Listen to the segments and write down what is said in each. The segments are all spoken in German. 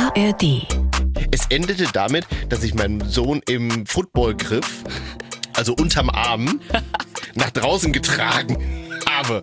ARD. Es endete damit, dass ich meinen Sohn im Footballgriff, also unterm Arm, nach draußen getragen habe.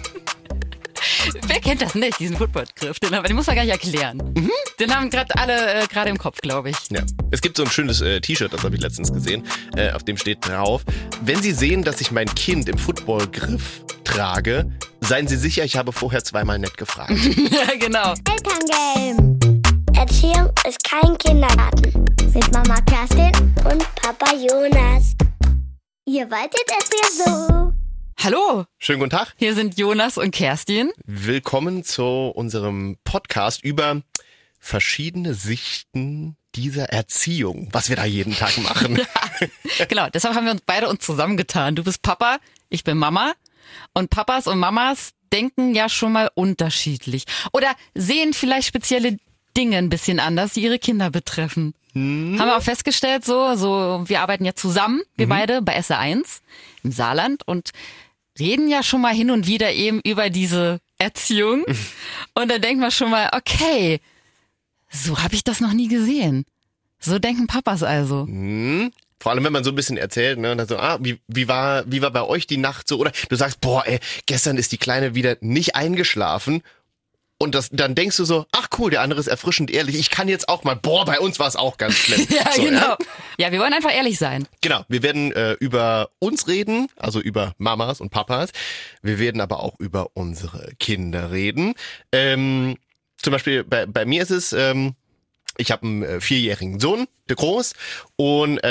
Wer kennt das nicht, diesen Footballgriff? Den muss man gar nicht erklären. Den haben alle gerade im Kopf, glaube ich. Ja. Es gibt so ein schönes T-Shirt, das habe ich letztens gesehen, auf dem steht drauf: Wenn Sie sehen, dass ich mein Kind im Footballgriff trage, seien Sie sicher, ich habe vorher zweimal nett gefragt. Ja, genau. Elterngame. Erziehung ist kein Kindergarten. Mit Mama Kerstin und Papa Jonas. Ihr wolltet es ja so. Hallo, Schönen guten Tag. hier sind Jonas und Kerstin. Willkommen zu unserem Podcast über verschiedene Sichten dieser Erziehung, was wir da jeden Tag machen. Genau, deshalb haben wir uns beide zusammengetan. Du bist Papa, ich bin Mama. Und Papas und Mamas denken ja schon mal unterschiedlich. Oder sehen vielleicht spezielle Dinge ein bisschen anders, die ihre Kinder betreffen. Haben wir auch festgestellt, so wir arbeiten ja zusammen, wir beide bei SR1 im Saarland und reden ja schon mal hin und wieder eben über diese Erziehung. Und da denkt man schon mal, okay, so habe ich das noch nie gesehen. So denken Papas also. Vor allem, wenn man so ein bisschen erzählt, ne, und dann so, wie war bei euch die Nacht so? Oder du sagst, gestern ist die Kleine wieder nicht eingeschlafen. Und dann denkst du so, ach cool, der andere ist erfrischend ehrlich. Ich kann jetzt auch mal, bei uns war es auch ganz schlimm. Ja, so, genau. Ja, wir wollen einfach ehrlich sein. Genau, wir werden über uns reden, also über Mamas und Papas. Wir werden aber auch über unsere Kinder reden. Zum Beispiel bei mir ist es, ich habe einen 4-jährigen Sohn, der groß, und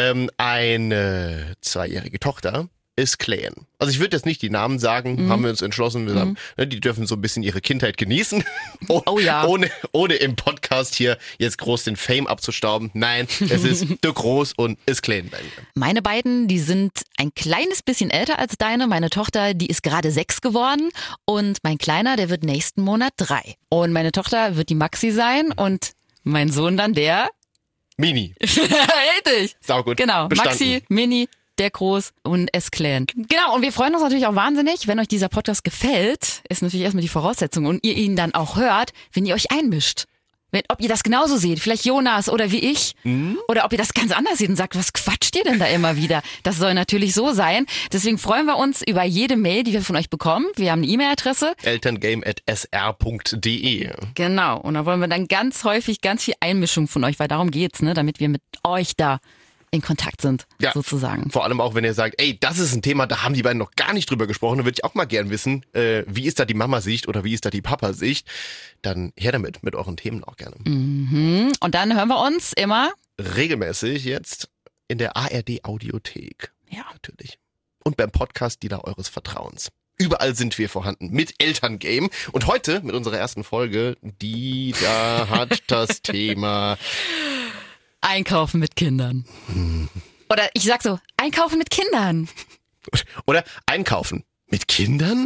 eine 2-jährige Tochter ist Clan. Also ich würde jetzt nicht die Namen sagen, haben wir uns entschlossen, wir sagen, die dürfen so ein bisschen ihre Kindheit genießen, ja. ohne im Podcast hier jetzt groß den Fame abzustauben. Nein, es ist der Groß und ist Clan bei mir. Meine beiden, die sind ein kleines bisschen älter als deine. Meine Tochter, die ist gerade 6 geworden und mein Kleiner, der wird nächsten Monat 3. Und meine Tochter wird die Maxi sein und mein Sohn dann der Mini. Richtig. Saugut. Genau, Bestanden. Maxi, Mini, der Groß und S-Clan. Genau, und wir freuen uns natürlich auch wahnsinnig, wenn euch dieser Podcast gefällt, ist natürlich erstmal die Voraussetzung und ihr ihn dann auch hört, wenn ihr euch einmischt. Ob ihr das genauso seht, vielleicht Jonas oder wie ich, oder ob ihr das ganz anders seht und sagt, was quatscht ihr denn da immer wieder? Das soll natürlich so sein. Deswegen freuen wir uns über jede Mail, die wir von euch bekommen. Wir haben eine E-Mail-Adresse. elterngame@sr.de. Genau, und da wollen wir dann ganz häufig ganz viel Einmischung von euch, weil darum geht's, ne, damit wir mit euch da in Kontakt sind, sozusagen. Vor allem auch, wenn ihr sagt, ey, das ist ein Thema, da haben die beiden noch gar nicht drüber gesprochen, dann würde ich auch mal gern wissen, wie ist da die Mama-Sicht oder wie ist da die Papa-Sicht? Dann her damit, mit euren Themen auch gerne. Und dann hören wir uns immer Regelmäßig jetzt in der ARD-Audiothek. Ja. Natürlich. Und beim Podcast-Dealer eures Vertrauens. Überall sind wir vorhanden mit Elterngame. Und heute mit unserer ersten Folge, die da hat das Thema Einkaufen mit Kindern. Oder ich sag so, Einkaufen mit Kindern. oder Einkaufen mit Kindern?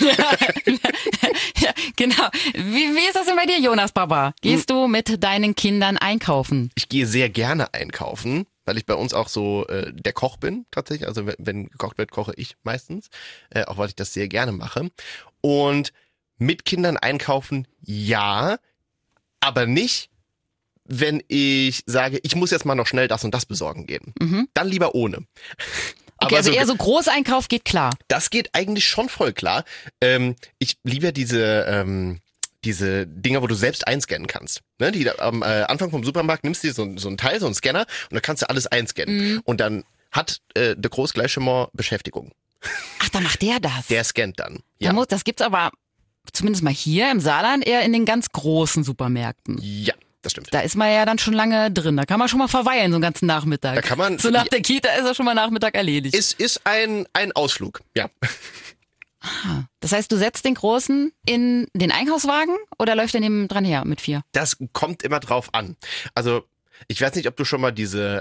Ja, genau. Wie ist das denn bei dir, Jonas, Papa? Gehst du mit deinen Kindern einkaufen? Ich gehe sehr gerne einkaufen, weil ich bei uns auch so der Koch bin tatsächlich. Also wenn gekocht wird, koche ich meistens. Auch weil ich das sehr gerne mache. Und mit Kindern einkaufen, ja, aber nicht, wenn ich sage, ich muss jetzt mal noch schnell das und das besorgen gehen. Dann lieber ohne. Okay, also eher so Großeinkauf geht klar. Das geht eigentlich schon voll klar. Ich liebe ja diese Dinger, wo du selbst einscannen kannst. Ne? Die am Anfang vom Supermarkt nimmst du dir so ein Teil, so einen Scanner und dann kannst du alles einscannen. Und dann hat der Groß gleich schon mal Beschäftigung. Ach, dann macht der das. Der scannt dann. Ja. Das gibt's aber zumindest mal hier im Saarland eher in den ganz großen Supermärkten. Ja, das stimmt. Da ist man ja dann schon lange drin. Da kann man schon mal verweilen, so einen ganzen Nachmittag. Da kann man, so nach der Kita ist er schon mal Nachmittag erledigt. Ist ein Ausflug, ja. Das heißt, du setzt den Großen in den Einkaufswagen oder läuft er neben dran her mit 4? Das kommt immer drauf an. Also, ich weiß nicht, ob du schon mal diese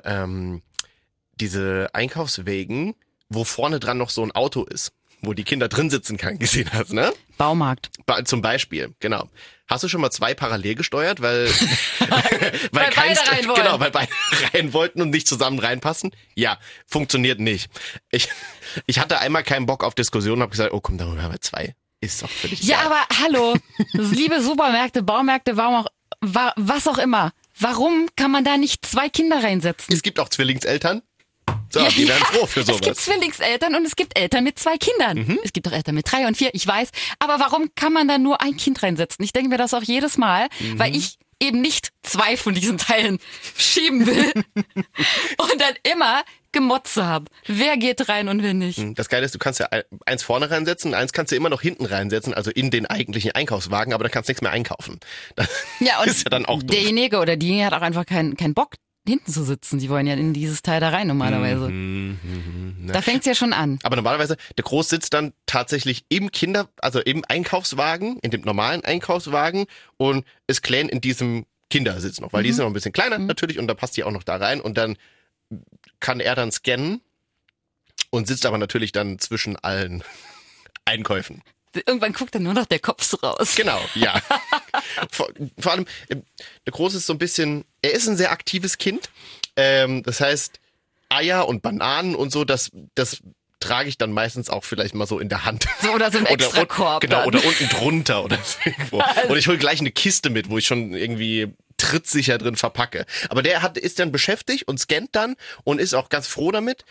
Einkaufswägen, wo vorne dran noch so ein Auto ist, wo die Kinder drin sitzen kann, gesehen hast, ne? Baumarkt. Zum Beispiel, genau. Hast du schon mal 2 parallel gesteuert, weil Weil beide rein wollen. Genau, weil beide rein wollten und nicht zusammen reinpassen? Ja, funktioniert nicht. Ich hatte einmal keinen Bock auf Diskussionen, habe gesagt, oh komm, dann haben wir 2. Ist doch völlig Ja, egal. aber hallo, liebe Supermärkte, Baumärkte, was auch immer. Warum kann man da nicht 2 Kinder reinsetzen? Es gibt auch Zwillingseltern. So, die werden froh für sowas. Es gibt Zwillingseltern und es gibt Eltern mit 2 Kindern. Es gibt auch Eltern mit 3 und 4, ich weiß. Aber warum kann man da nur ein Kind reinsetzen? Ich denke mir das auch jedes Mal, weil ich eben nicht 2 von diesen Teilen schieben will und dann immer Gemotze habe. Wer geht rein und wer nicht? Das Geile ist, du kannst ja eins vorne reinsetzen, eins kannst du immer noch hinten reinsetzen, also in den eigentlichen Einkaufswagen, aber da kannst du nichts mehr einkaufen. Das Und ist ja dann auch doof. derjenige oder diejenige hat auch einfach keinen Bock, hinten zu sitzen. Die wollen ja in dieses Teil da rein normalerweise. Da fängt's ja schon an. Aber normalerweise, der Groß sitzt dann tatsächlich im im Einkaufswagen, in dem normalen Einkaufswagen und ist klein in diesem Kindersitz noch, weil die ist noch ein bisschen kleiner natürlich und da passt die auch noch da rein und dann kann er dann scannen und sitzt aber natürlich dann zwischen allen Einkäufen. Irgendwann guckt dann nur noch der Kopf so raus. Genau, ja. Vor allem, der Große ist so ein bisschen, er ist ein sehr aktives Kind. Das heißt, Eier und Bananen und so, das trage ich dann meistens auch vielleicht mal so in der Hand. So, oder so ein Extrakorb. Genau, oder unten drunter oder so irgendwo. Und ich hole gleich eine Kiste mit, wo ich schon irgendwie trittsicher drin verpacke. Aber der ist dann beschäftigt und scannt dann und ist auch ganz froh damit.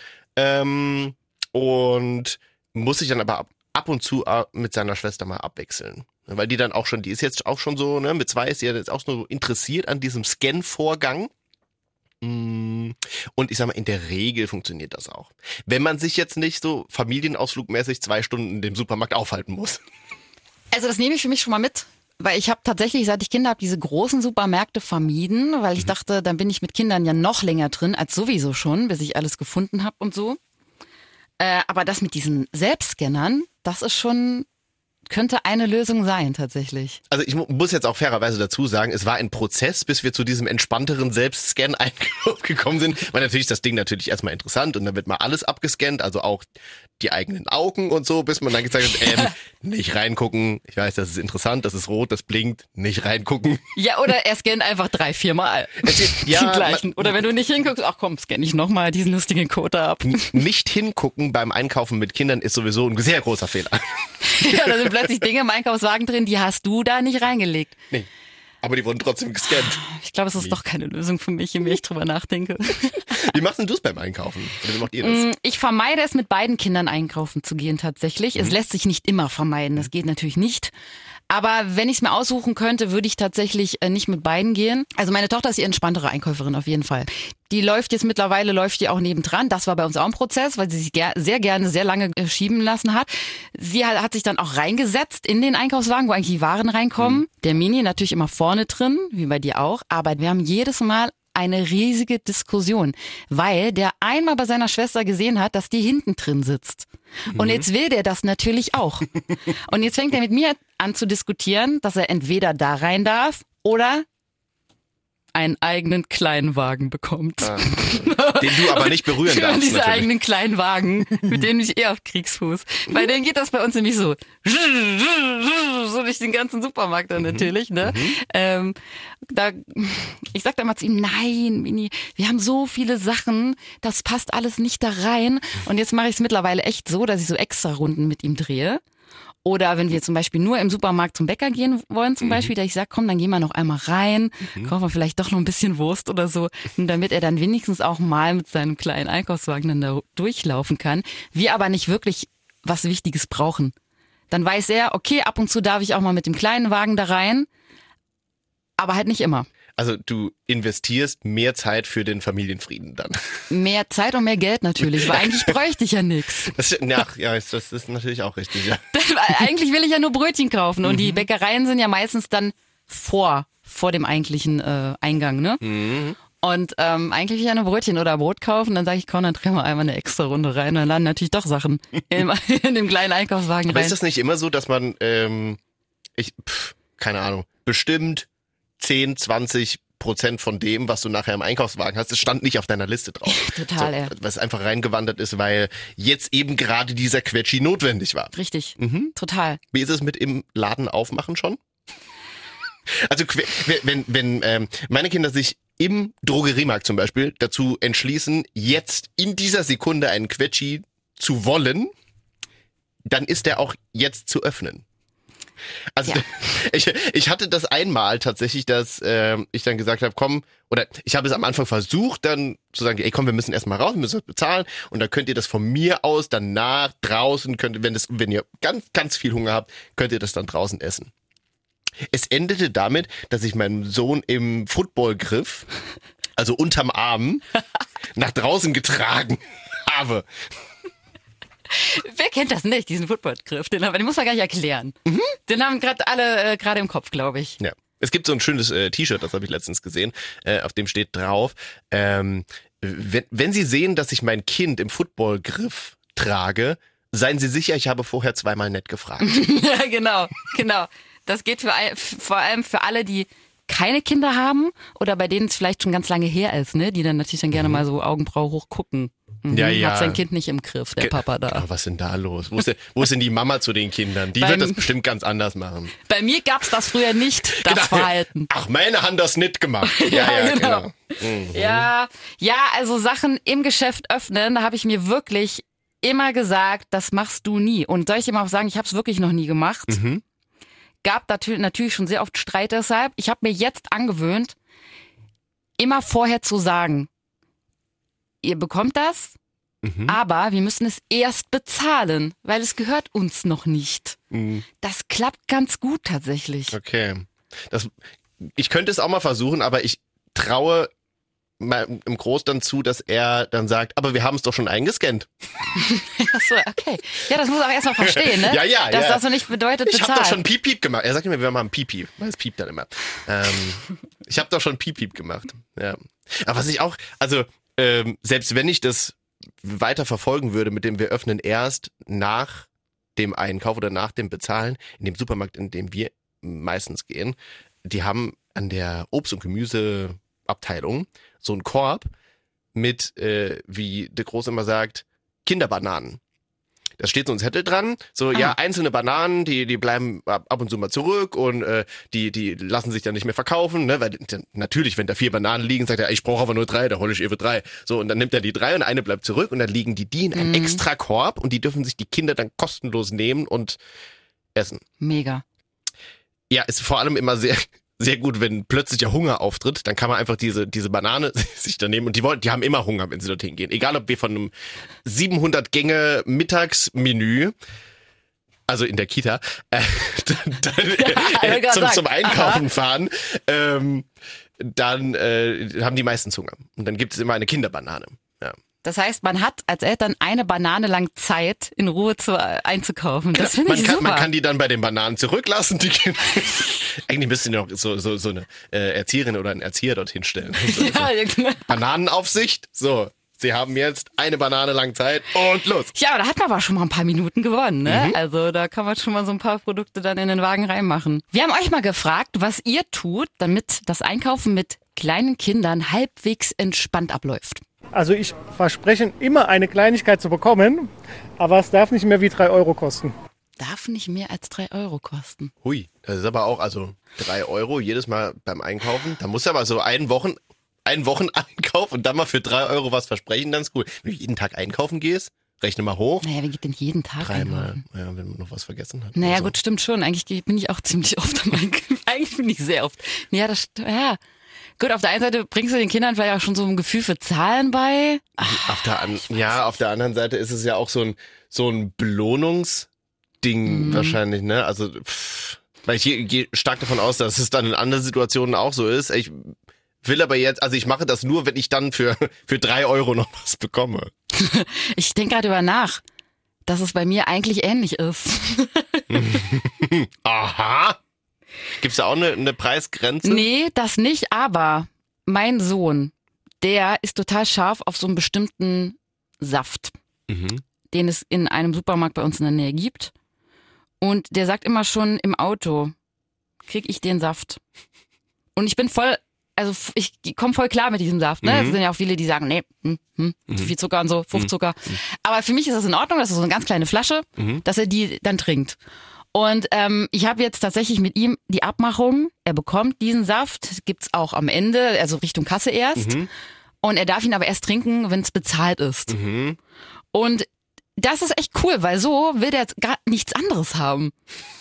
Und muss sich dann aber ab und zu mit seiner Schwester mal abwechseln. Weil die dann auch schon, die ist jetzt auch schon so, ne, mit 2 ist sie jetzt auch so interessiert an diesem Scan-Vorgang. Und ich sag mal, in der Regel funktioniert das auch. Wenn man sich jetzt nicht so familienausflugmäßig 2 Stunden in dem Supermarkt aufhalten muss. Also das nehme ich für mich schon mal mit. Weil ich habe tatsächlich, seit ich Kinder habe, diese großen Supermärkte vermieden, weil ich dachte, dann bin ich mit Kindern ja noch länger drin als sowieso schon, bis ich alles gefunden habe und so. Aber das mit diesen Selbstscannern, das ist schon, könnte eine Lösung sein tatsächlich. Also ich muss jetzt auch fairerweise dazu sagen, es war ein Prozess, bis wir zu diesem entspannteren Selbstscan gekommen sind. Weil natürlich ist das Ding natürlich erstmal interessant und dann wird mal alles abgescannt, also auch die eigenen Augen und so, bis man dann gesagt hat, nicht reingucken. Ich weiß, das ist interessant, das ist rot, das blinkt, nicht reingucken. Ja, oder er scannt einfach 3-4 Mal Ja, den gleichen. Oder wenn du nicht hinguckst, ach komm, scanne ich nochmal diesen lustigen Code da ab. Nicht hingucken beim Einkaufen mit Kindern ist sowieso ein sehr großer Fehler. Ja, da sind plötzlich Dinge im Einkaufswagen drin, die hast du da nicht reingelegt. Nee. Aber die wurden trotzdem gescannt. Ich glaube, es ist doch keine Lösung für mich, je mehr ich drüber nachdenke. Wie machst denn du es beim Einkaufen? Oder wie macht ihr das? Ich vermeide es, mit beiden Kindern einkaufen zu gehen tatsächlich. Es lässt sich nicht immer vermeiden, das geht natürlich nicht. Aber wenn ich es mir aussuchen könnte, würde ich tatsächlich nicht mit beiden gehen. Also meine Tochter ist die entspanntere Einkäuferin auf jeden Fall. Die läuft auch nebendran. Das war bei uns auch ein Prozess, weil sie sich sehr gerne sehr lange schieben lassen hat. Sie hat sich dann auch reingesetzt in den Einkaufswagen, wo eigentlich die Waren reinkommen. Der Mini natürlich immer vorne drin, wie bei dir auch. Aber wir haben jedes Mal eine riesige Diskussion, weil der einmal bei seiner Schwester gesehen hat, dass die hinten drin sitzt. Und jetzt will der das natürlich auch. Und jetzt fängt er mit mir an zu diskutieren, dass er entweder da rein darf oder einen eigenen kleinen Wagen bekommt. Den du aber nicht berühren darfst. Diese natürlich. eigenen kleinen Wagen, mit denen bin ich eher auf Kriegsfuß. Bei denen geht das bei uns nämlich so durch den ganzen Supermarkt dann natürlich. Ne? Ich sag dann mal zu ihm, nein, Mini, wir haben so viele Sachen, das passt alles nicht da rein. Und jetzt mache ich es mittlerweile echt so, dass ich so extra Runden mit ihm drehe. Oder wenn wir zum Beispiel nur im Supermarkt zum Bäcker gehen wollen zum Beispiel, da ich sage, komm, dann gehen wir noch einmal rein, kaufen wir vielleicht doch noch ein bisschen Wurst oder so, und damit er dann wenigstens auch mal mit seinem kleinen Einkaufswagen dann da durchlaufen kann. Wir aber nicht wirklich was Wichtiges brauchen. Dann weiß er, okay, ab und zu darf ich auch mal mit dem kleinen Wagen da rein, aber halt nicht immer. Also du investierst mehr Zeit für den Familienfrieden dann. Mehr Zeit und mehr Geld natürlich, weil eigentlich bräuchte ich ja nichts. Das ist natürlich auch richtig, ja. Eigentlich will ich ja nur Brötchen kaufen und die Bäckereien sind ja meistens dann vor dem eigentlichen Eingang, ne? Und eigentlich will ich ja nur Brötchen oder Brot kaufen, dann sage ich, komm, dann drehen wir einmal eine extra Runde rein und dann landen natürlich doch Sachen in dem kleinen Einkaufswagen Aber rein. ist das nicht immer so, dass man, keine Ahnung, bestimmt 10-20% von dem, was du nachher im Einkaufswagen hast, das stand nicht auf deiner Liste drauf. Total, ja. Was einfach reingewandert ist, weil jetzt eben gerade dieser Quetschi notwendig war. Richtig, total. Wie ist es mit im Laden aufmachen schon? Also wenn meine Kinder sich im Drogeriemarkt zum Beispiel dazu entschließen, jetzt in dieser Sekunde einen Quetschi zu wollen, dann ist der auch jetzt zu öffnen. Also Ja. ich hatte das einmal tatsächlich, dass ich dann gesagt habe, komm, oder ich habe es am Anfang versucht, dann zu sagen, ey komm, wir müssen erstmal raus, wir müssen das bezahlen und dann könnt ihr das von mir aus danach draußen, wenn ihr ganz, ganz viel Hunger habt, könnt ihr das dann draußen essen. Es endete damit, dass ich meinen Sohn im Footballgriff, also unterm Arm, nach draußen getragen habe. Wer kennt das nicht, diesen Footballgriff? Den muss man gar nicht erklären. Den haben gerade alle gerade im Kopf, glaube ich. Ja. Es gibt so ein schönes T-Shirt, das habe ich letztens gesehen, auf dem steht drauf, wenn Sie sehen, dass ich mein Kind im Footballgriff trage, seien Sie sicher, ich habe vorher zweimal nett gefragt. Ja, genau. Das geht vor allem für alle, die keine Kinder haben oder bei denen es vielleicht schon ganz lange her ist, ne? Die dann natürlich dann gerne mal so Augenbraue hoch gucken. Ja. Hat sein Kind nicht im Griff, der Papa da. Oh, was ist denn da los? Wo ist denn die Mama zu den Kindern? Die wird das bestimmt ganz anders machen. Bei mir gab's das früher nicht, das Verhalten. Ach, meine haben das nicht gemacht. Ja, genau. Ja, also Sachen im Geschäft öffnen, da habe ich mir wirklich immer gesagt, das machst du nie. Und soll ich dir mal sagen, ich habe es wirklich noch nie gemacht. Gab natürlich schon sehr oft Streit deshalb. Ich habe mir jetzt angewöhnt, immer vorher zu sagen, ihr bekommt das, aber wir müssen es erst bezahlen, weil es gehört uns noch nicht. Das klappt ganz gut tatsächlich. Okay. Ich könnte es auch mal versuchen, aber ich traue mal im Groß dann zu, dass er dann sagt, aber wir haben es doch schon eingescannt. Achso, okay. Ja, das muss auch erstmal verstehen, ne? Ja. Dass das so nicht bedeutet Ich bezahlen. habe doch schon Piep-Piep gemacht. Er sagt immer, wir machen Piep-Piep, weil es piept dann immer. Ich habe doch schon Piep-Piep gemacht. Ja. Aber was ich auch, also selbst wenn ich das weiter verfolgen würde, mit dem wir öffnen erst nach dem Einkauf oder nach dem Bezahlen, in dem Supermarkt, in dem wir meistens gehen, die haben an der Obst- und Gemüseabteilung so einen Korb mit, wie der Groß immer sagt, Kinderbananen. Da steht so ein Zettel dran, so ja, einzelne Bananen, die bleiben ab und zu mal zurück und die lassen sich dann nicht mehr verkaufen, ne? Weil natürlich, wenn da 4 Bananen liegen, sagt er, ich brauche aber nur 3, da hole ich eben 3. So, und dann nimmt er die 3 und eine bleibt zurück und dann liegen die in einem extra Korb und die dürfen sich die Kinder dann kostenlos nehmen und essen. Mega. Ja, ist vor allem immer sehr sehr gut, wenn plötzlich der Hunger auftritt, dann kann man einfach diese Banane sich da nehmen und die haben immer Hunger, wenn sie dorthin gehen. Egal, ob wir von einem 700 Gänge Mittagsmenü, also in der Kita, zum Einkaufen fahren, dann haben die meistens Hunger. Und dann gibt es immer eine Kinderbanane. Ja. Das heißt, man hat als Eltern eine Banane lang Zeit, in Ruhe einzukaufen. Das finde ich super. Man kann die dann bei den Bananen zurücklassen. Die Kinder. Eigentlich müsste noch so eine Erzieherin oder einen Erzieher dorthin stellen. Bananenaufsicht. So, sie haben jetzt eine Banane lang Zeit und los. Ja, aber da hat man aber schon mal ein paar Minuten gewonnen, ne? Also da kann man schon mal so ein paar Produkte dann in den Wagen reinmachen. Wir haben euch mal gefragt, was ihr tut, damit das Einkaufen mit kleinen Kindern halbwegs entspannt abläuft. Also ich verspreche immer eine Kleinigkeit zu bekommen, aber es darf nicht mehr wie 3 Euro kosten. Darf nicht mehr als 3 Euro kosten. Hui, das ist aber auch, also 3 Euro jedes Mal beim Einkaufen. Da muss aber so einen Wocheneinkauf und dann mal für 3 Euro was versprechen, dann ist cool. Wenn du jeden Tag einkaufen gehst, rechne mal hoch. Naja, wer geht denn jeden Tag 3 Mal, einkaufen? ja, wenn man noch was vergessen hat. Naja, so. gut, stimmt schon. Eigentlich bin ich auch ziemlich oft am Einkaufen. Eigentlich bin ich sehr oft. Ja, ja. Gut, auf der einen Seite bringst du den Kindern vielleicht auch schon so ein Gefühl für Zahlen bei. Auf der anderen Seite ist es ja auch so ein Belohnungsding wahrscheinlich, ne? Also, weil ich gehe stark davon aus, dass es dann in anderen Situationen auch so ist. Ich will aber jetzt, also ich mache das nur, wenn ich dann für 3 Euro noch was bekomme. Ich denke gerade über nach, dass es bei mir eigentlich ähnlich ist. Aha. Gibt's da auch eine Preisgrenze? Nee, das nicht, aber mein Sohn, der ist total scharf auf so einen bestimmten Saft, den es in einem Supermarkt bei uns in der Nähe gibt. Und der sagt immer schon im Auto, krieg ich den Saft. Und ich bin ich komme voll klar mit diesem Saft. Ne? Es sind ja auch viele, die sagen, nee, zu viel Zucker und so, Fruchtzucker. Aber für mich ist das in Ordnung, das ist so eine ganz kleine Flasche, dass er die dann trinkt. Und ich habe jetzt tatsächlich mit ihm die Abmachung, er bekommt diesen Saft, gibt's auch am Ende, also Richtung Kasse erst. Und er darf ihn aber erst trinken, wenn es bezahlt ist. Und das ist echt cool, weil so will der gar nichts anderes haben.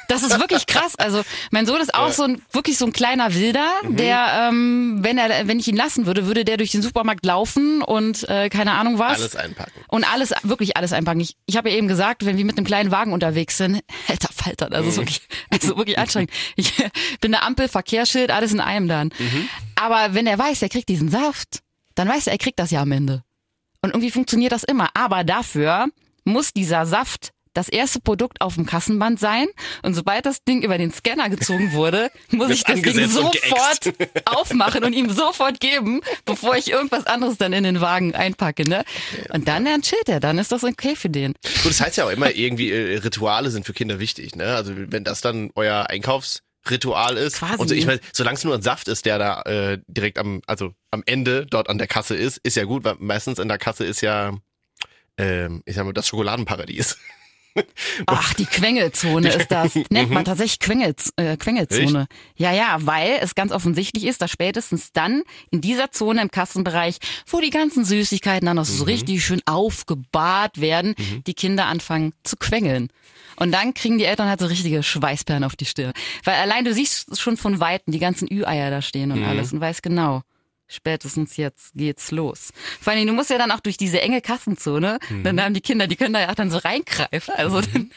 Das ist wirklich krass. Also mein Sohn ist auch wirklich so ein kleiner Wilder, der, wenn ich ihn lassen würde, würde der durch den Supermarkt laufen und keine Ahnung was. Alles einpacken. Und wirklich alles einpacken. Ich habe ja eben gesagt, wenn wir mit einem kleinen Wagen unterwegs sind, alter Falter, das ist wirklich anstrengend. Ich bin eine Ampel, Verkehrsschild, alles in einem dann. Aber wenn er weiß, er kriegt diesen Saft, dann weiß er kriegt das ja am Ende. Und irgendwie funktioniert das immer. Aber dafür muss dieser Saft das erste Produkt auf dem Kassenband sein. Und sobald das Ding über den Scanner gezogen wurde, muss ich das Ding sofort aufmachen und ihm sofort geben, bevor ich irgendwas anderes dann in den Wagen einpacke. Ne? Und dann chillt er, dann ist das okay für den. Gut, das heißt ja auch immer irgendwie, Rituale sind für Kinder wichtig. Ne? Also wenn das dann euer Einkaufsritual ist. Quasi. Und so, ich meine, solange es nur ein Saft ist, der da direkt am Ende dort an der Kasse ist ja gut, weil meistens in der Kasse ist ja, ich sag mal, das Schokoladenparadies. Ach, die Quengelzone ist das. Nennt man tatsächlich Quengelzone. Echt? Ja, weil es ganz offensichtlich ist, dass spätestens dann in dieser Zone im Kassenbereich, wo die ganzen Süßigkeiten dann noch so richtig schön aufgebahrt werden, die Kinder anfangen zu quengeln. Und dann kriegen die Eltern halt so richtige Schweißperlen auf die Stirn. Weil allein du siehst schon von Weitem die ganzen Ü-Eier da stehen und alles und weißt genau, spätestens jetzt geht's los. Vor allem, du musst ja dann auch durch diese enge Kassenzone, dann haben die Kinder, die können da ja auch dann so reingreifen. Also dann,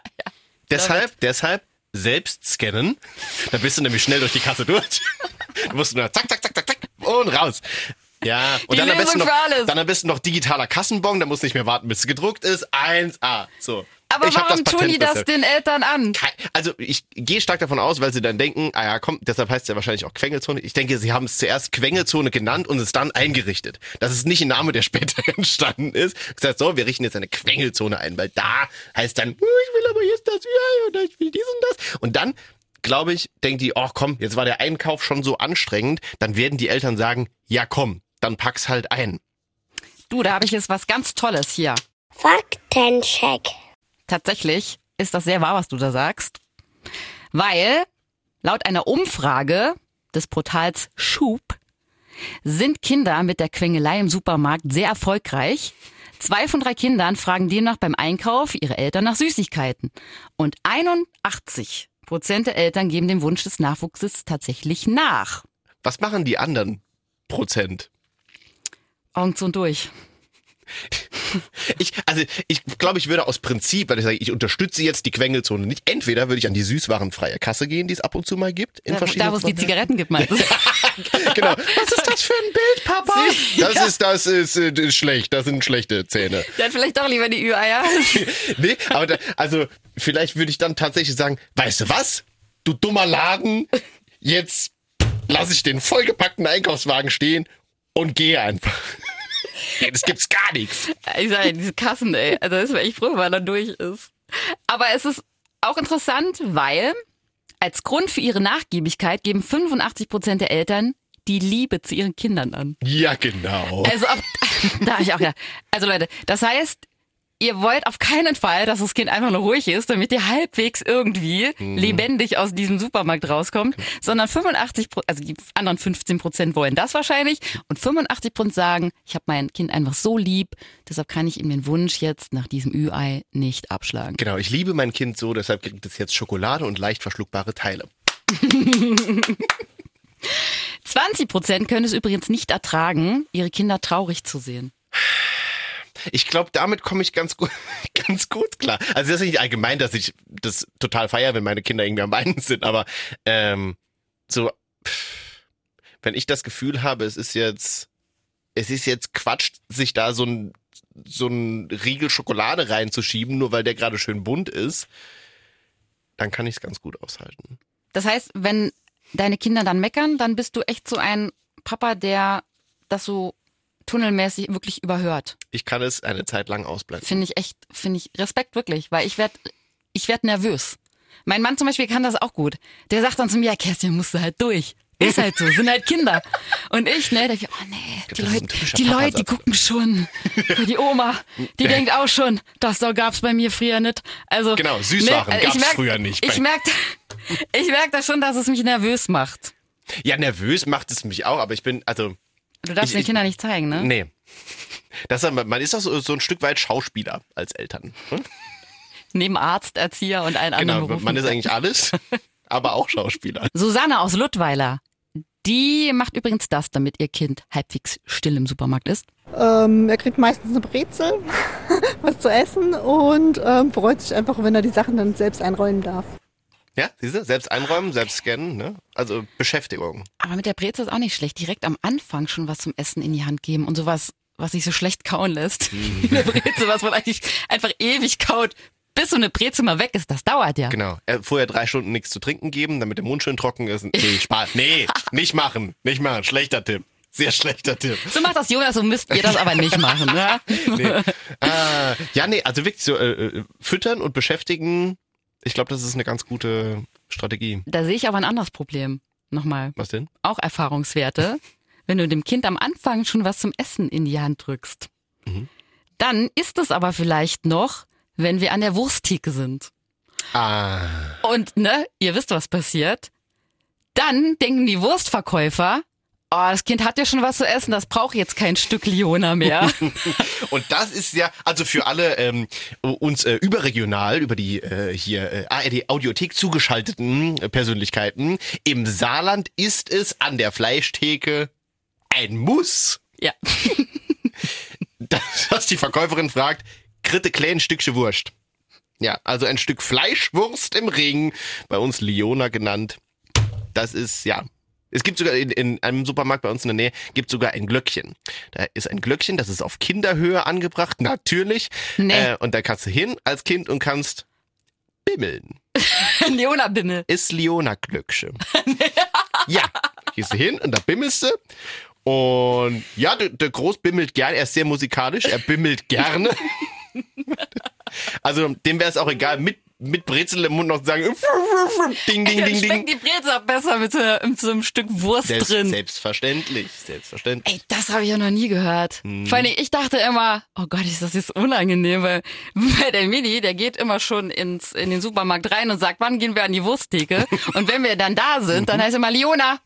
Deshalb selbst scannen, da bist du nämlich schnell durch die Kasse durch. Du musst nur zack, zack, zack, zack, zack und raus. Ja, und dann am besten noch digitaler Kassenbon, da musst du nicht mehr warten, bis es gedruckt ist. 1A. So. Aber warum tun die das den Eltern an? Also ich gehe stark davon aus, weil sie dann denken, deshalb heißt es ja wahrscheinlich auch Quengelzone. Ich denke, sie haben es zuerst Quengelzone genannt und es dann eingerichtet. Dass es nicht ein Name, der später entstanden ist. Gesagt, so, wir richten jetzt eine Quengelzone ein, weil da heißt dann, ich will aber jetzt das oder ich will dies und das. Und dann, glaube ich, denken die, oh komm, jetzt war der Einkauf schon so anstrengend, dann werden die Eltern sagen, ja komm, dann pack's halt ein. Du, da habe ich jetzt was ganz Tolles hier. Faktencheck. Tatsächlich ist das sehr wahr, was du da sagst, weil laut einer Umfrage des Portals Schub sind Kinder mit der Quengelei im Supermarkt sehr erfolgreich. 2 von 3 Kindern fragen demnach beim Einkauf ihre Eltern nach Süßigkeiten. Und 81% der Eltern geben dem Wunsch des Nachwuchses tatsächlich nach. Was machen die anderen Prozent? Augen zu und durch. Ich glaube, ich würde aus Prinzip, weil ich sage, ich unterstütze jetzt die Quengelzone nicht. Entweder würde ich an die süßwarenfreie Kasse gehen, die es ab und zu mal gibt. Da, wo es die Zigaretten gibt, meinst du? Genau. Was ist das für ein Bild, Papa? Das ist schlecht. Das sind schlechte Zähne. Dann vielleicht doch lieber die Ü-Eier. Nee, aber also vielleicht würde ich dann tatsächlich sagen, weißt du was? Du dummer Laden, jetzt lasse ich den vollgepackten Einkaufswagen stehen und gehe einfach. Ja, das gibt's gar nichts. Ich sage, diese Kassen, ey, also das wäre echt froh, weil er durch ist. Aber es ist auch interessant, weil als Grund für ihre Nachgiebigkeit geben 85% der Eltern die Liebe zu ihren Kindern an. Ja, genau. Also da habe ich auch gedacht. Also Leute, das heißt, ihr wollt auf keinen Fall, dass das Kind einfach nur ruhig ist, damit ihr halbwegs irgendwie lebendig aus diesem Supermarkt rauskommt, sondern 85%, also die anderen 15% wollen das wahrscheinlich und 85% sagen, ich habe mein Kind einfach so lieb, deshalb kann ich ihm den Wunsch jetzt nach diesem Ü-Ei nicht abschlagen. Genau, ich liebe mein Kind so, deshalb kriegt es jetzt Schokolade und leicht verschluckbare Teile. 20% können es übrigens nicht ertragen, ihre Kinder traurig zu sehen. Ich glaube, damit komme ich ganz gut klar. Also das ist nicht allgemein, dass ich das total feiere, wenn meine Kinder irgendwie am Weinen sind, aber wenn ich das Gefühl habe, es ist jetzt Quatsch, sich da so ein Riegel Schokolade reinzuschieben, nur weil der gerade schön bunt ist, dann kann ich es ganz gut aushalten. Das heißt, wenn deine Kinder dann meckern, dann bist du echt so ein Papa, der das so tunnelmäßig wirklich überhört. Ich kann es eine Zeit lang ausblenden. Finde ich Respekt wirklich, weil ich werd nervös. Mein Mann zum Beispiel kann das auch gut. Der sagt dann zu mir, ja, Kerstin, musst du halt durch. Ist halt so, sind halt Kinder. Und ich, ne, denke, oh nee, die Leute, die gucken schon. Die Oma, die denkt auch schon, das gab's bei mir früher nicht. Also, genau, Süßwaren gab's früher nicht. Ich merk das schon, dass es mich nervös macht. Ja, nervös macht es mich auch, aber ich bin, also... Du darfst den Kindern nicht zeigen, ne? Nee. Man ist auch so ein Stück weit Schauspieler als Eltern. Hm? Neben Arzt, Erzieher und allen anderen Genau, Berufen. man ist eigentlich alles, aber auch Schauspieler. Susanne aus Luttweiler, die macht übrigens das, damit ihr Kind halbwegs still im Supermarkt ist. Er kriegt meistens eine Brezel, was zu essen und freut sich einfach, wenn er die Sachen dann selbst einräumen darf. Ja, siehst du, selbst einräumen, selbst scannen, ne? Also Beschäftigung. Aber mit der Brezel ist auch nicht schlecht. Direkt am Anfang schon was zum Essen in die Hand geben und sowas, was sich so schlecht kauen lässt. Wie eine Brezel, was man eigentlich einfach ewig kaut, bis so eine Brezel mal weg ist. Das dauert ja. Genau. Vorher 3 Stunden nichts zu trinken geben, damit der Mund schön trocken ist. Nee, Spaß. Nee, nicht machen. Schlechter Tipp. Sehr schlechter Tipp. So macht das Jonas, so müsst ihr das aber nicht machen. Ne? Nee. Also wirklich so füttern und beschäftigen. Ich glaube, das ist eine ganz gute Strategie. Da sehe ich aber ein anderes Problem. Nochmal. Was denn? Auch Erfahrungswerte. Wenn du dem Kind am Anfang schon was zum Essen in die Hand drückst, dann ist es aber vielleicht noch, wenn wir an der Wursttheke sind. Und ne, ihr wisst, was passiert. Dann denken die Wurstverkäufer, oh, das Kind hat ja schon was zu essen, das braucht jetzt kein Stück Liona mehr. Und das ist ja, also für alle uns überregional, über die ARD Audiothek zugeschalteten Persönlichkeiten, im Saarland ist es an der Fleischtheke ein Muss. Ja. Dass die Verkäuferin fragt, kritte klein Stückchen Wurst. Ja, also ein Stück Fleischwurst im Ring, bei uns Liona genannt. Das ist, ja, es gibt sogar in einem Supermarkt bei uns in der Nähe, gibt sogar ein Glöckchen. Da ist ein Glöckchen, das ist auf Kinderhöhe angebracht, natürlich. Nee. Und da kannst du hin als Kind und kannst bimmeln. Liona-Bimmel. Ist Liona-Glöckchen. Ja, gehst du hin und da bimmelst du. Und ja, der Groß bimmelt gerne, er ist sehr musikalisch, er bimmelt gerne. Also dem wäre es auch egal, mit Brezel im Mund noch zu sagen, ding, ding, ding, ding. Schmeckt die Brezel auch besser mit so einem Stück Wurst drin. Selbstverständlich. Ey, das habe ich ja noch nie gehört. Vor allem, ich dachte immer, oh Gott, ist das jetzt unangenehm, weil der Mini, der geht immer schon in den Supermarkt rein und sagt, wann gehen wir an die Wursttheke? Und wenn wir dann da sind, dann heißt immer Liona.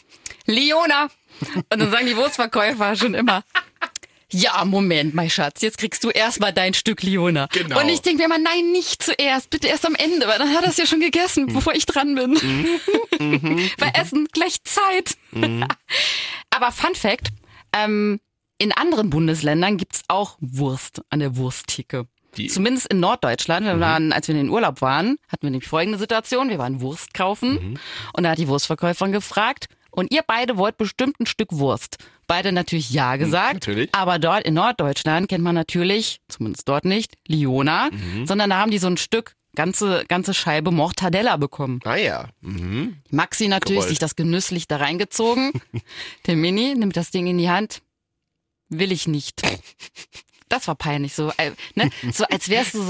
Und dann sagen die Wurstverkäufer schon immer, ja, Moment, mein Schatz, jetzt kriegst du erstmal dein Stück Liona. Genau. Und ich denke mir immer, nein, nicht zuerst, bitte erst am Ende, weil dann hat er es ja schon gegessen, bevor ich dran bin. Weil Essen gleich Zeit. Aber Fun Fact, in anderen Bundesländern gibt's auch Wurst an der Wursttheke. Zumindest in Norddeutschland. Als wir in den Urlaub waren, hatten wir nämlich folgende Situation. Wir waren Wurst kaufen und da hat die Wurstverkäuferin gefragt, und ihr beide wollt bestimmt ein Stück Wurst. Beide natürlich ja gesagt. Natürlich. Aber dort in Norddeutschland kennt man natürlich, zumindest dort nicht, Liona, sondern da haben die so ein Stück, ganze Scheibe Mortadella bekommen. Ah ja. Maxi natürlich Gewollt. sich das genüsslich da reingezogen. Der Mini nimmt das Ding in die Hand. Will ich nicht. Das war peinlich. So, ne? So als wärst du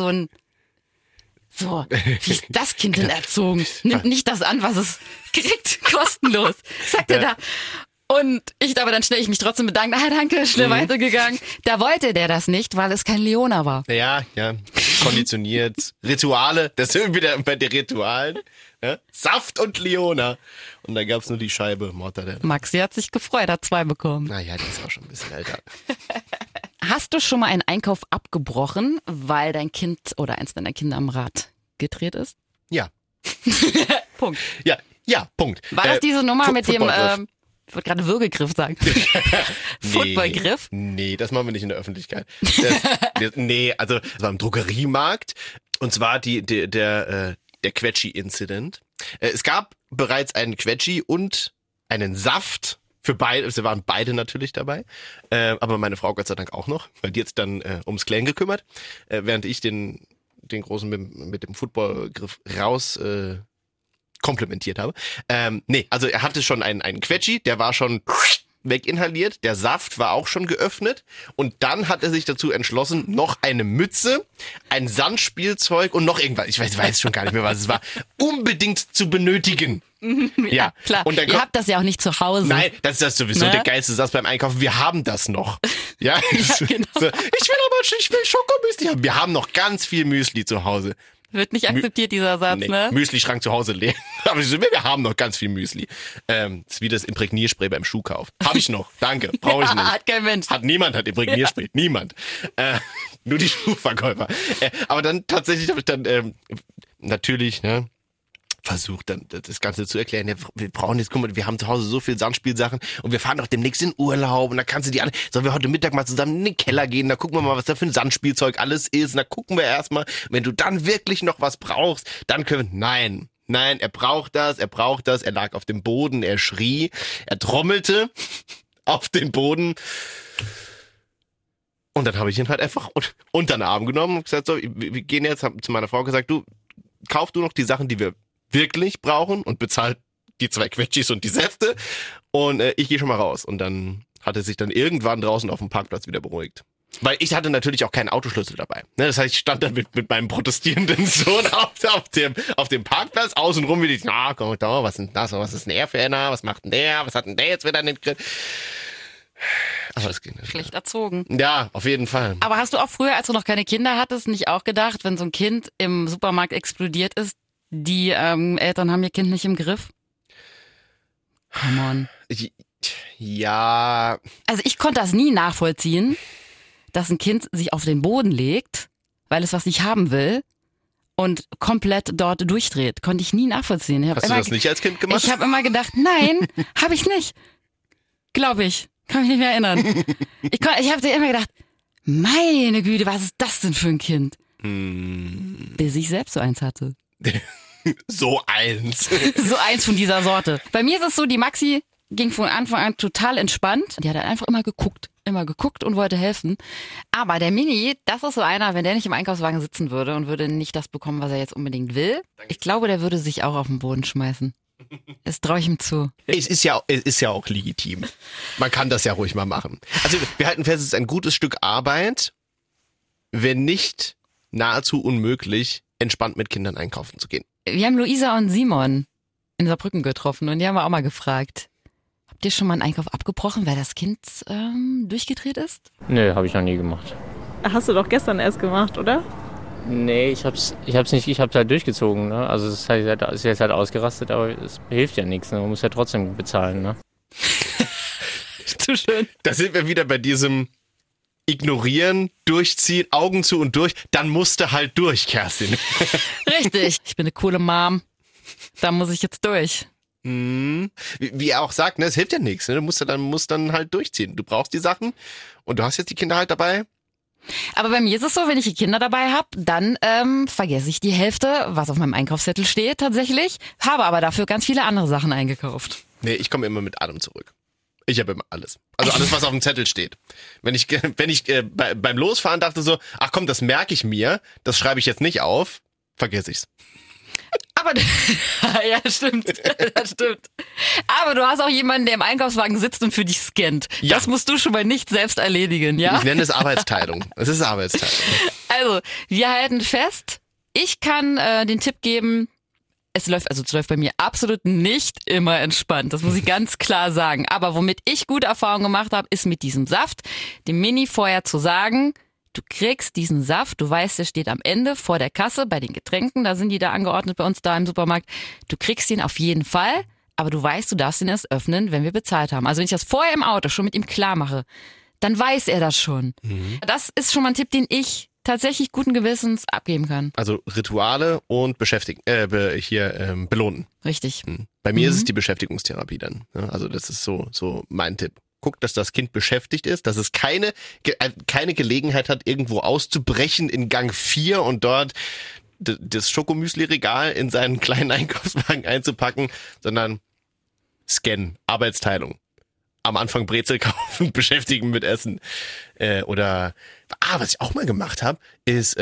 so, wie ist das Kind denn erzogen? Nimmt nicht das an, was es kriegt, kostenlos, sagt er da. Und ich aber dann schnell ich mich trotzdem bedankt, danke, schnell weitergegangen. Da wollte der das nicht, weil es kein Liona war. Ja, konditioniert. Rituale, das sind wir wieder bei den Ritualen. Ja? Saft und Liona. Und da gab's nur die Scheibe Mortadella. Maxi hat sich gefreut, hat 2 bekommen. Naja, die ist auch schon ein bisschen älter. Hast du schon mal einen Einkauf abgebrochen, weil dein Kind oder eins deiner Kinder am Rad gedreht ist? Ja. Punkt. Ja, Punkt. War das diese Nummer mit dem, Footballgriff. ich wollte gerade Würgegriff sagen. Footballgriff? Nee, das machen wir nicht in der Öffentlichkeit. Also das war im Drogeriemarkt. Und zwar der Quetschi-Incident. Es gab bereits einen Quetschi und einen Saft. Für beide, sie waren beide natürlich dabei, aber meine Frau Gott sei Dank auch noch, weil die jetzt dann ums Clan gekümmert, während ich den großen mit dem Footballgriff raus komplementiert habe. Also er hatte schon einen Quetschi, der war schon weginhaliert, der Saft war auch schon geöffnet und dann hat er sich dazu entschlossen, noch eine Mütze, ein Sandspielzeug und noch irgendwas, ich weiß schon gar nicht mehr, was es war, unbedingt zu benötigen. Ja, klar. Und dann ihr habt das ja auch nicht zu Hause. Nein, das ist das sowieso der geilste Satz beim Einkaufen. Wir haben das noch. Ja, genau. So, ich will Schokomüsli haben. Wir haben noch ganz viel Müsli zu Hause. Wird nicht akzeptiert, dieser Satz, ne? Müsli-Schrank zu Hause leer. Aber wir haben noch ganz viel Müsli. Das ist wie das Imprägnierspray beim Schuhkauf. Habe ich noch. Danke. Brauche ich nicht. Hat kein Mensch. Niemand hat Imprägnierspray. Niemand. Nur die Schuhverkäufer. Aber dann tatsächlich habe ich dann natürlich, ne, versucht dann das Ganze zu erklären. Ja, wir brauchen jetzt, guck mal, wir haben zu Hause so viel Sandspielsachen und wir fahren doch demnächst in Urlaub und da kannst du die alle, sollen wir heute Mittag mal zusammen in den Keller gehen, da gucken wir mal, was da für ein Sandspielzeug alles ist und da gucken wir erstmal, wenn du dann wirklich noch was brauchst, dann können wir, nein, er braucht das, er lag auf dem Boden, er schrie, er trommelte auf den Boden und dann habe ich ihn halt einfach unter den Arm genommen und gesagt, so, wir gehen jetzt, habe zu meiner Frau gesagt, du, kauf du noch die Sachen, die wir wirklich brauchen und bezahlt die 2 Quetschis und die Säfte und ich gehe schon mal raus. Und dann hat er sich dann irgendwann draußen auf dem Parkplatz wieder beruhigt. Weil ich hatte natürlich auch keinen Autoschlüssel dabei. Ne, das heißt, ich stand dann mit meinem protestierenden Sohn auf dem Parkplatz außenrum wie komm da, was ist denn das? Was ist denn er für einer? Was macht denn der? Was hat denn der jetzt wieder in den Grill? Aber das ging nicht. Schlecht erzogen. Ja, auf jeden Fall. Aber hast du auch früher, als du noch keine Kinder hattest, nicht auch gedacht, wenn so ein Kind im Supermarkt explodiert ist, die Eltern haben ihr Kind nicht im Griff? Come on. Ja. Also ich konnte das nie nachvollziehen, dass ein Kind sich auf den Boden legt, weil es was nicht haben will und komplett dort durchdreht. Konnte ich nie nachvollziehen. Hast du das nicht als Kind gemacht? Ich habe immer gedacht, nein, habe ich nicht. Glaube ich. Kann mich nicht mehr erinnern. Ich habe dir immer gedacht, meine Güte, was ist das denn für ein Kind? Bis ich selbst so eins hatte. So eins. So eins von dieser Sorte. Bei mir ist es so, die Maxi ging von Anfang an total entspannt. Die hat halt einfach immer geguckt und wollte helfen. Aber der Mini, das ist so einer, wenn der nicht im Einkaufswagen sitzen würde und würde nicht das bekommen, was er jetzt unbedingt will, ich glaube, der würde sich auch auf den Boden schmeißen. Das traue ich ihm zu. Es ist ja auch legitim. Man kann das ja ruhig mal machen. Also wir halten fest, es ist ein gutes Stück Arbeit, wenn nicht nahezu unmöglich, entspannt mit Kindern einkaufen zu gehen. Wir haben Luisa und Simon in Saarbrücken getroffen und die haben wir auch mal gefragt. Habt ihr schon mal einen Einkauf abgebrochen, weil das Kind durchgedreht ist? Nö, habe ich noch nie gemacht. Hast du doch gestern erst gemacht, oder? Nee, ich hab's halt durchgezogen, ne? Also es ist jetzt halt ausgerastet, aber es hilft ja nichts, ne? Man muss ja trotzdem bezahlen, ne? Zu schön. Da sind wir wieder bei diesem Ignorieren, Durchziehen, Augen zu und durch, dann musst du halt durch, Kerstin. Richtig. Ich bin eine coole Mom. Da muss ich jetzt durch. Wie er auch sagt, ne, es hilft ja nichts, ne? Du musst dann halt durchziehen. Du brauchst die Sachen und du hast jetzt die Kinder halt dabei. Aber bei mir ist es so, wenn ich die Kinder dabei habe, dann vergesse ich die Hälfte, was auf meinem Einkaufszettel steht tatsächlich, habe aber dafür ganz viele andere Sachen eingekauft. Nee, ich komme immer mit allem zurück. Ich habe immer alles. Also alles, was auf dem Zettel steht. Wenn ich beim Losfahren dachte so, ach komm, das merke ich mir, das schreibe ich jetzt nicht auf, vergesse ich's. Aber, ja, das stimmt. Aber du hast auch jemanden, der im Einkaufswagen sitzt und für dich scannt. Ja. Das musst du schon mal nicht selbst erledigen, ja? Ich nenne es Arbeitsteilung. Es ist Arbeitsteilung. Also, wir halten fest, ich kann den Tipp geben, es läuft bei mir absolut nicht immer entspannt. Das muss ich ganz klar sagen. Aber womit ich gute Erfahrungen gemacht habe, ist mit diesem Saft, dem Mini vorher zu sagen, du kriegst diesen Saft, du weißt, der steht am Ende vor der Kasse bei den Getränken, da sind die da angeordnet bei uns da im Supermarkt. Du kriegst den auf jeden Fall, aber du weißt, du darfst ihn erst öffnen, wenn wir bezahlt haben. Also wenn ich das vorher im Auto schon mit ihm klar mache, dann weiß er das schon. Das ist schon mal ein Tipp, den ich tatsächlich guten Gewissens abgeben kann. Also Rituale und belohnen. Richtig. Bei mir ist es die Beschäftigungstherapie dann. Also das ist so mein Tipp. Guckt, dass das Kind beschäftigt ist, dass es keine Gelegenheit hat, irgendwo auszubrechen in Gang 4 und dort das Schokomüsli-Regal in seinen kleinen Einkaufswagen einzupacken, sondern Scan, Arbeitsteilung. Am Anfang Brezel kaufen, beschäftigen mit Essen. Was ich auch mal gemacht habe, ist,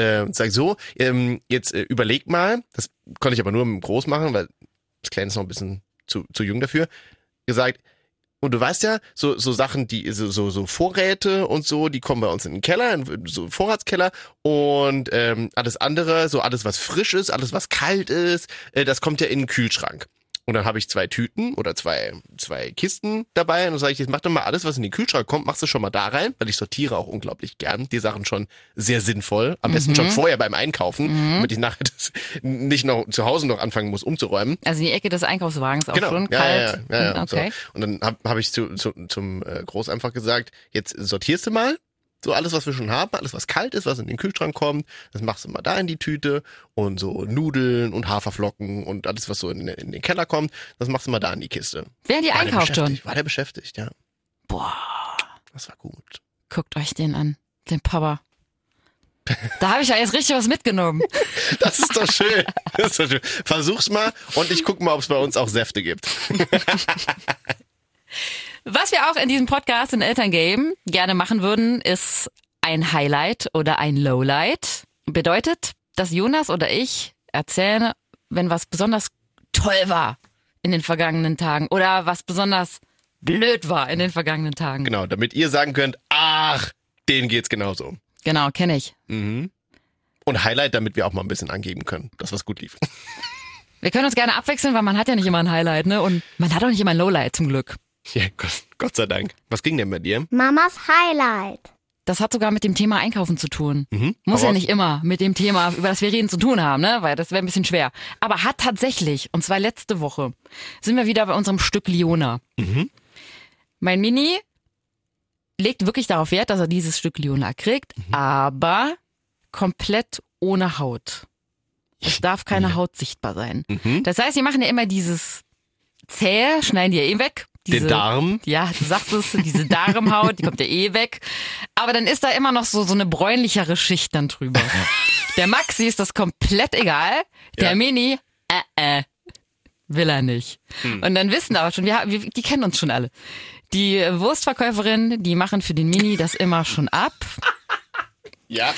überleg mal, das konnte ich aber nur im Groß machen, weil das Kleine ist noch ein bisschen zu jung dafür, gesagt, und du weißt ja, so Sachen, die so Vorräte und so, die kommen bei uns in den Keller, in so Vorratskeller und alles andere, so alles was frisch ist, alles was kalt ist, das kommt ja in den Kühlschrank. Und dann habe ich 2 Tüten oder zwei Kisten dabei und dann sage ich, jetzt mach doch mal alles, was in den Kühlschrank kommt, machst du schon mal da rein, weil ich sortiere auch unglaublich gern die Sachen schon sehr sinnvoll. Am besten schon vorher beim Einkaufen, damit ich nachher das nicht noch zu Hause noch anfangen muss umzuräumen. Also die Ecke des Einkaufswagens auch genau. schon kalt. Ja, okay. so. Und dann hab ich zum Groß einfach gesagt, jetzt sortierst du mal So alles, was wir schon haben, alles, was kalt ist, was in den Kühlschrank kommt, das machst du mal da in die Tüte und so Nudeln und Haferflocken und alles, was so in den Keller kommt, das machst du mal da in die Kiste. Während ihr einkauft schon? War der beschäftigt, ja. Boah. Das war gut. Guckt euch den an, den Papa. Da habe ich ja jetzt richtig was mitgenommen. Das ist doch schön. Das ist doch schön. Versuch's mal und ich guck mal, ob es bei uns auch Säfte gibt. Was wir auch in diesem Podcast in Elterngame gerne machen würden, ist ein Highlight oder ein Lowlight. Bedeutet, dass Jonas oder ich erzählen, wenn was besonders toll war in den vergangenen Tagen oder was besonders blöd war in den vergangenen Tagen. Genau, damit ihr sagen könnt, ach, denen geht's genauso. Genau, kenne ich. Mhm. Und Highlight, damit wir auch mal ein bisschen angeben können, dass was gut lief. Wir können uns gerne abwechseln, weil man hat ja nicht immer ein Highlight, ne? Und man hat auch nicht immer ein Lowlight zum Glück. Ja, Gott sei Dank. Was ging denn bei dir? Mamas Highlight. Das hat sogar mit dem Thema Einkaufen zu tun. Mhm. Muss Aber ja nicht immer mit dem Thema, über das wir reden, zu tun haben, ne? Weil das wäre ein bisschen schwer. Aber hat tatsächlich, und zwar letzte Woche, sind wir wieder bei unserem Stück Liona. Mhm. Mein Mini legt wirklich darauf Wert, dass er dieses Stück Liona kriegt, aber komplett ohne Haut. Es darf keine Haut sichtbar sein. Mhm. Das heißt, die machen ja immer dieses Zähe, schneiden die ja eh weg. Den Darm. Ja, du sagst es, diese Darmhaut, die kommt ja eh weg. Aber dann ist da immer noch so eine bräunlichere Schicht dann drüber. Der Maxi ist das komplett egal. Der Ja. Mini, will er nicht. Und dann wissen aber schon, die kennen uns schon alle. Die Wurstverkäuferin, die machen für den Mini das immer schon ab. Ja.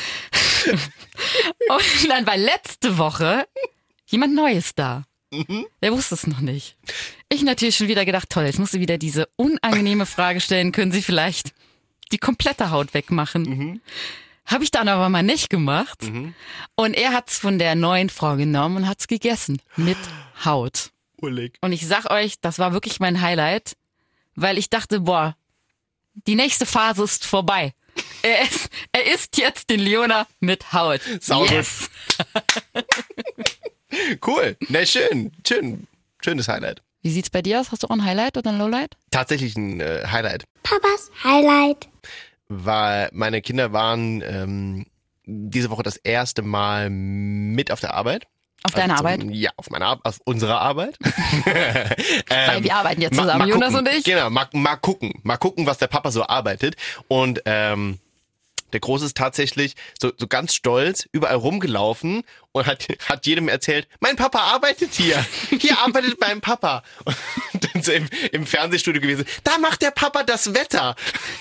Und dann war letzte Woche jemand Neues da. Der wusste es noch nicht. Ich natürlich schon wieder gedacht, toll, jetzt musst du wieder diese unangenehme Frage stellen, können Sie vielleicht die komplette Haut wegmachen? Habe ich dann aber mal nicht gemacht. Und er hat's von der neuen Frau genommen und hat's gegessen. Mit Haut. Ullig. Und ich sag euch, das war wirklich mein Highlight, weil ich dachte, boah, die nächste Phase ist vorbei. Er isst jetzt den Liona mit Haut. Sauber. Yes. Cool. Na, schön. Schönes Highlight. Wie sieht's bei dir aus? Hast du auch ein Highlight oder ein Lowlight? Tatsächlich ein Highlight. Papas Highlight. Weil meine Kinder waren diese Woche das erste Mal mit auf der Arbeit. Auf deiner Arbeit? Ja, auf unserer Arbeit. Weil wir arbeiten jetzt zusammen, mal Jonas gucken. und ich. Genau, mal gucken, was der Papa so arbeitet. Und der Große ist tatsächlich so ganz stolz überall rumgelaufen und hat jedem erzählt, mein Papa arbeitet hier. Hier arbeitet mein Papa. Und dann so im Fernsehstudio gewesen, da macht der Papa das Wetter.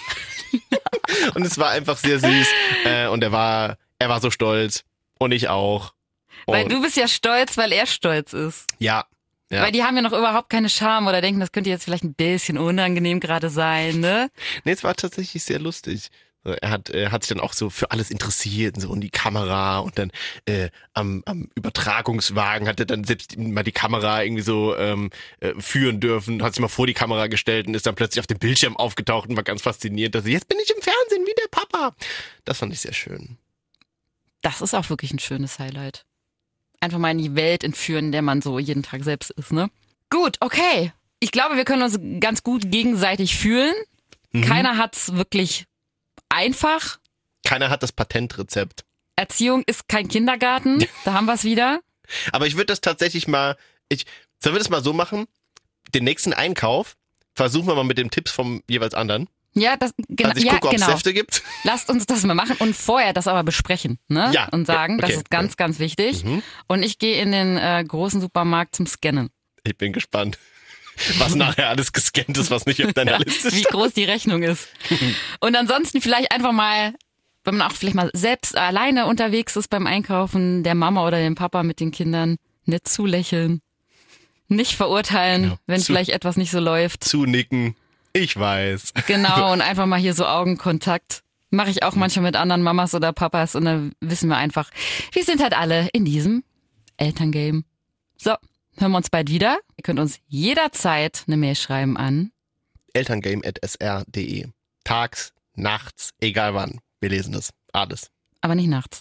Und es war einfach sehr süß. Und er war so stolz. Und ich auch. Weil Und du bist ja stolz, weil er stolz ist. ja. Weil die haben ja noch überhaupt keine Scham oder denken, das könnte jetzt vielleicht ein bisschen unangenehm gerade sein, ne? Nee, es war tatsächlich sehr lustig. Er hat sich dann auch so für alles interessiert, so und die Kamera und dann am Übertragungswagen hat er dann selbst mal die Kamera irgendwie so führen dürfen, hat sich mal vor die Kamera gestellt und ist dann plötzlich auf dem Bildschirm aufgetaucht und war ganz fasziniert, dass jetzt bin ich im Fernsehen wie der Papa. Das fand ich sehr schön. Das ist auch wirklich ein schönes Highlight. Einfach mal in die Welt entführen, in der man so jeden Tag selbst ist, ne? Gut, okay. Ich glaube, wir können uns ganz gut gegenseitig fühlen. Keiner hat's wirklich einfach. Keiner hat das Patentrezept. Erziehung ist kein Kindergarten. Da haben wir es wieder. Aber ich würde das tatsächlich mal, sollen wir das mal so machen? Den nächsten Einkauf versuchen wir mal mit den Tipps vom jeweils anderen. Ja, das genau. Also ich gucke, ob es Säfte gibt. Lasst uns das mal machen und vorher das aber besprechen, ne? Ja, und sagen, okay, das ist ganz, ganz wichtig. Und ich gehe in den großen Supermarkt zum Scannen. Ich bin gespannt, was nachher alles gescannt ist, was nicht auf deiner Liste Wie steht. groß die Rechnung ist. Und ansonsten vielleicht einfach mal, wenn man auch vielleicht mal selbst alleine unterwegs ist beim Einkaufen, der Mama oder dem Papa mit den Kindern nett zulächeln, nicht verurteilen, Genau. wenn vielleicht etwas nicht so läuft. Zunicken. Ich weiß. Genau, und einfach mal hier so Augenkontakt. Mache ich auch manchmal mit anderen Mamas oder Papas und dann wissen wir einfach, wir sind halt alle in diesem Elterngame. So, hören wir uns bald wieder. Ihr könnt uns jederzeit eine Mail schreiben an elterngame@sr.de. Tags, nachts, egal wann. Wir lesen das. Alles. aber nicht nachts.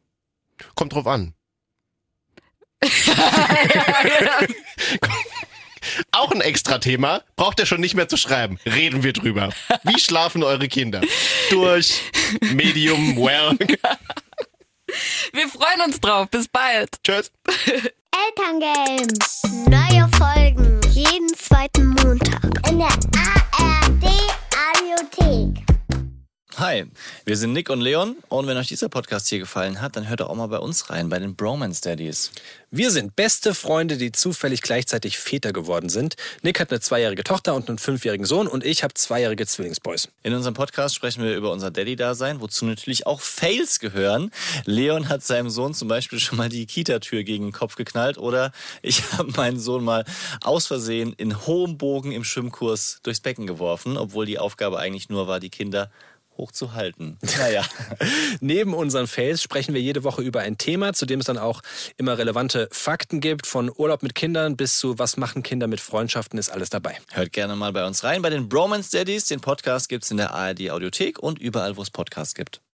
Kommt drauf an. Auch ein Extra-Thema. Braucht ihr schon nicht mehr zu schreiben. Reden wir drüber. Wie schlafen eure Kinder? Durch, medium, well. Wir freuen uns drauf. Bis bald. Tschüss. Elterngame. Neue Folgen jeden zweiten Montag in der ARD-Audiothek. Hi, wir sind Nick und Leon und wenn euch dieser Podcast hier gefallen hat, dann hört doch auch mal bei uns rein, bei den Bromance Daddies. Wir sind beste Freunde, die zufällig gleichzeitig Väter geworden sind. Nick hat eine 2-jährige Tochter und einen 5-jährigen Sohn und ich habe 2-jährige Zwillingsboys. In unserem Podcast sprechen wir über unser Daddy-Dasein, wozu natürlich auch Fails gehören. Leon hat seinem Sohn zum Beispiel schon mal die Kita-Tür gegen den Kopf geknallt oder ich habe meinen Sohn mal aus Versehen in hohem Bogen im Schwimmkurs durchs Becken geworfen, obwohl die Aufgabe eigentlich nur war, die Kinder hochzuhalten. Naja. Neben unseren Fails sprechen wir jede Woche über ein Thema, zu dem es dann auch immer relevante Fakten gibt. Von Urlaub mit Kindern bis zu was machen Kinder mit Freundschaften ist alles dabei. Hört gerne mal bei uns rein, bei den Bromance Daddies. Den Podcast gibt's in der ARD Audiothek und überall, wo es Podcasts gibt.